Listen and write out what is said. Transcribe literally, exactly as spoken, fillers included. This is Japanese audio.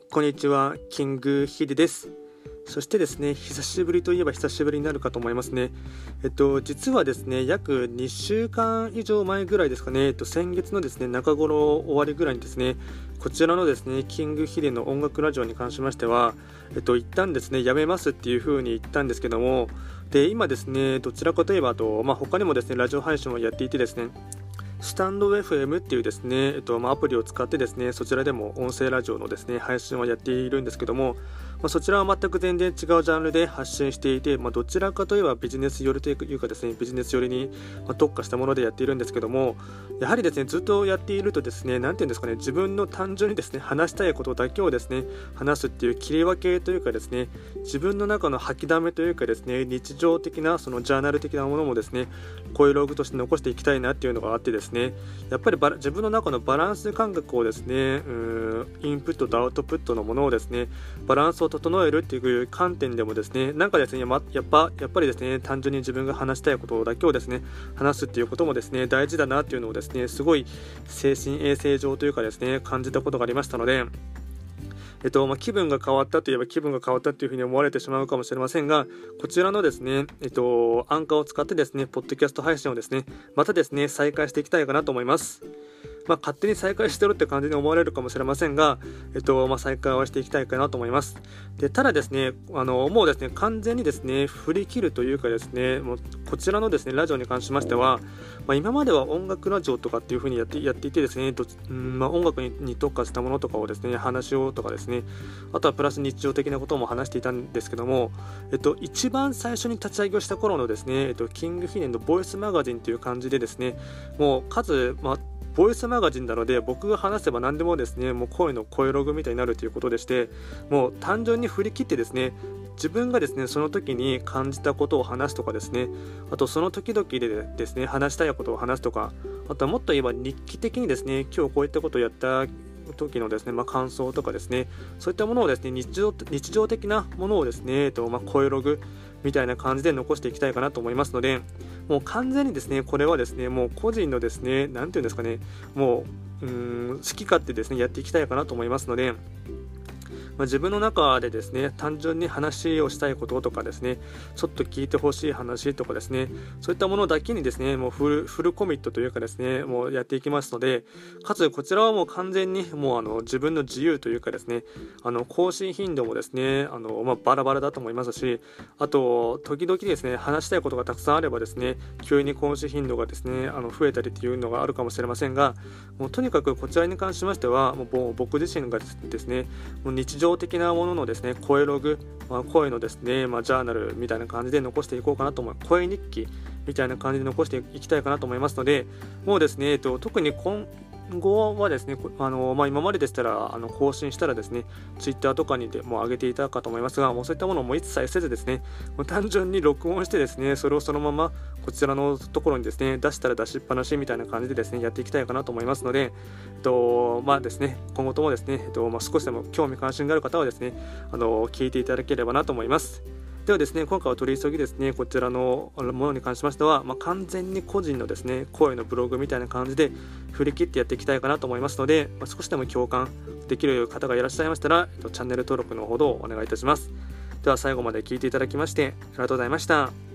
こんにちは、キングヒデです。そしてですね、久しぶりといえば久しぶりになるかと思いますね。えっと、実はですね、約にしゅうかん以上前ぐらいですかね、えっと、先月のですね、中頃終わりぐらいにですね、こちらのですね、キングヒデの音楽ラジオに関しましては、えっと、一旦ですね、やめますっていう風に言ったんですけども、で、今ですね、どちらかといえば、あと、まあ、他にもですね、ラジオ配信をやっていてですね、スタンド エフエム っていうですね、えっとまあ、アプリを使ってですね、そちらでも音声ラジオのですね、配信をやっているんですけども、まあ、そちらは全く全然違うジャンルで発信していて、まあ、どちらかといえばビジネス寄りというかですね、ビジネス寄りに特化したものでやっているんですけども、やはりですね、ずっとやっているとですね、なんていうんですかね、自分の単純にですね、話したいことだけをですね、話すっていう切り分けというかですね、自分の中の吐きだめというかですね、日常的なそのジャーナル的なものもですね、こういうログとして残していきたいなっていうのがあってですね、やっぱりバラ自分の中のバランス感覚をですね、うーんインプットとアウトプットのものをですね、バランスを整えるっていう観点でもですね、なんかですね、やっぱやっぱりですね、単純に自分が話したいことだけをですね、話すっていうこともですね、大事だなっていうのをですね、すごい精神衛生上というかですね、感じたことがありましたので、えっとまあ、気分が変わったといえば気分が変わったというふうに思われてしまうかもしれませんが、こちらのですね、えっと、アンカーを使ってですね、ポッドキャスト配信をですね、またですね、再開していきたいかなと思います。まあ、勝手に再開してるって感じに思われるかもしれませんが、えっとまあ、再開はしていきたいかなと思います。でただですね、あのもうですね、完全にですね、振り切るというかですね、もうこちらのですね、ラジオに関しましては、まあ、今までは音楽ラジオとかっていう風にやってやっていてですね、どうんまあ、音楽に、に特化したものとかをですね、話をとかですね、あとはプラス日常的なことも話していたんですけども、えっと、一番最初に立ち上げをした頃のですね、えっと、キングヒデのボイスマガジンという感じでですね、もう数、まあボイスマガジンなので、僕が話せば何でもですね、もう声の声ログみたいになるということでして、もう単純に振り切ってですね、自分がですね、その時に感じたことを話すとかですね、あとその時々でですね、話したいことを話すとか、あとはもっと言えば日記的にですね、今日こういったことをやった時のですね、まあ、感想とかですね、そういったものをですね、日常日常的なものをですね、えっとまあ、声ログみたいな感じで残していきたいかなと思いますので、もう完全にですね、これはですね、もう個人のですね、なんていうんですかね、もう、うーん好き勝手ですね、やっていきたいかなと思いますので、まあ、自分の中でですね、単純に話をしたいこととかですね、ちょっと聞いてほしい話とかですね、そういったものだけにですね、もうフル、フルコミットというかですね、もうやっていきますので、かつこちらはもう完全にもうあの自分の自由というかですね、あの更新頻度もですね、あのまあ、バラバラだと思いますし、あと時々ですね、話したいことがたくさんあればですね、急に更新頻度がですね、あの増えたりっていうのがあるかもしれませんが、もうとにかくこちらに関しましては、もう僕自身がですね、もう日常的なもののですね、声ログ、まあ、声のですね、まあ、ジャーナルみたいな感じで残していこうかなと思います。声日記みたいな感じで残していきたいかなと思いますので、もうですね、えっと、特に今後はですね、あのまあ、今まででしたらあの更新したらですね、ツイッターとかにでも上げていたかと思いますが、もうそういったものも一切せずですね、もう単純に録音してですね、それをそのままこちらのところにですね、出したら出しっぱなしみたいな感じでですね、やっていきたいかなと思いますので、えっとまあですね、今後ともですね、えっとまあ、少しでも興味関心がある方はですね、あの聞いていただければなと思います。ではですね、今回は取り急ぎですね、こちらのものに関しましては、まあ、完全に個人のですね、声のブログみたいな感じで振り切ってやっていきたいかなと思いますので、まあ、少しでも共感できる方がいらっしゃいましたら、チャンネル登録のほどお願いいたします。では最後まで聞いていただきましてありがとうございました。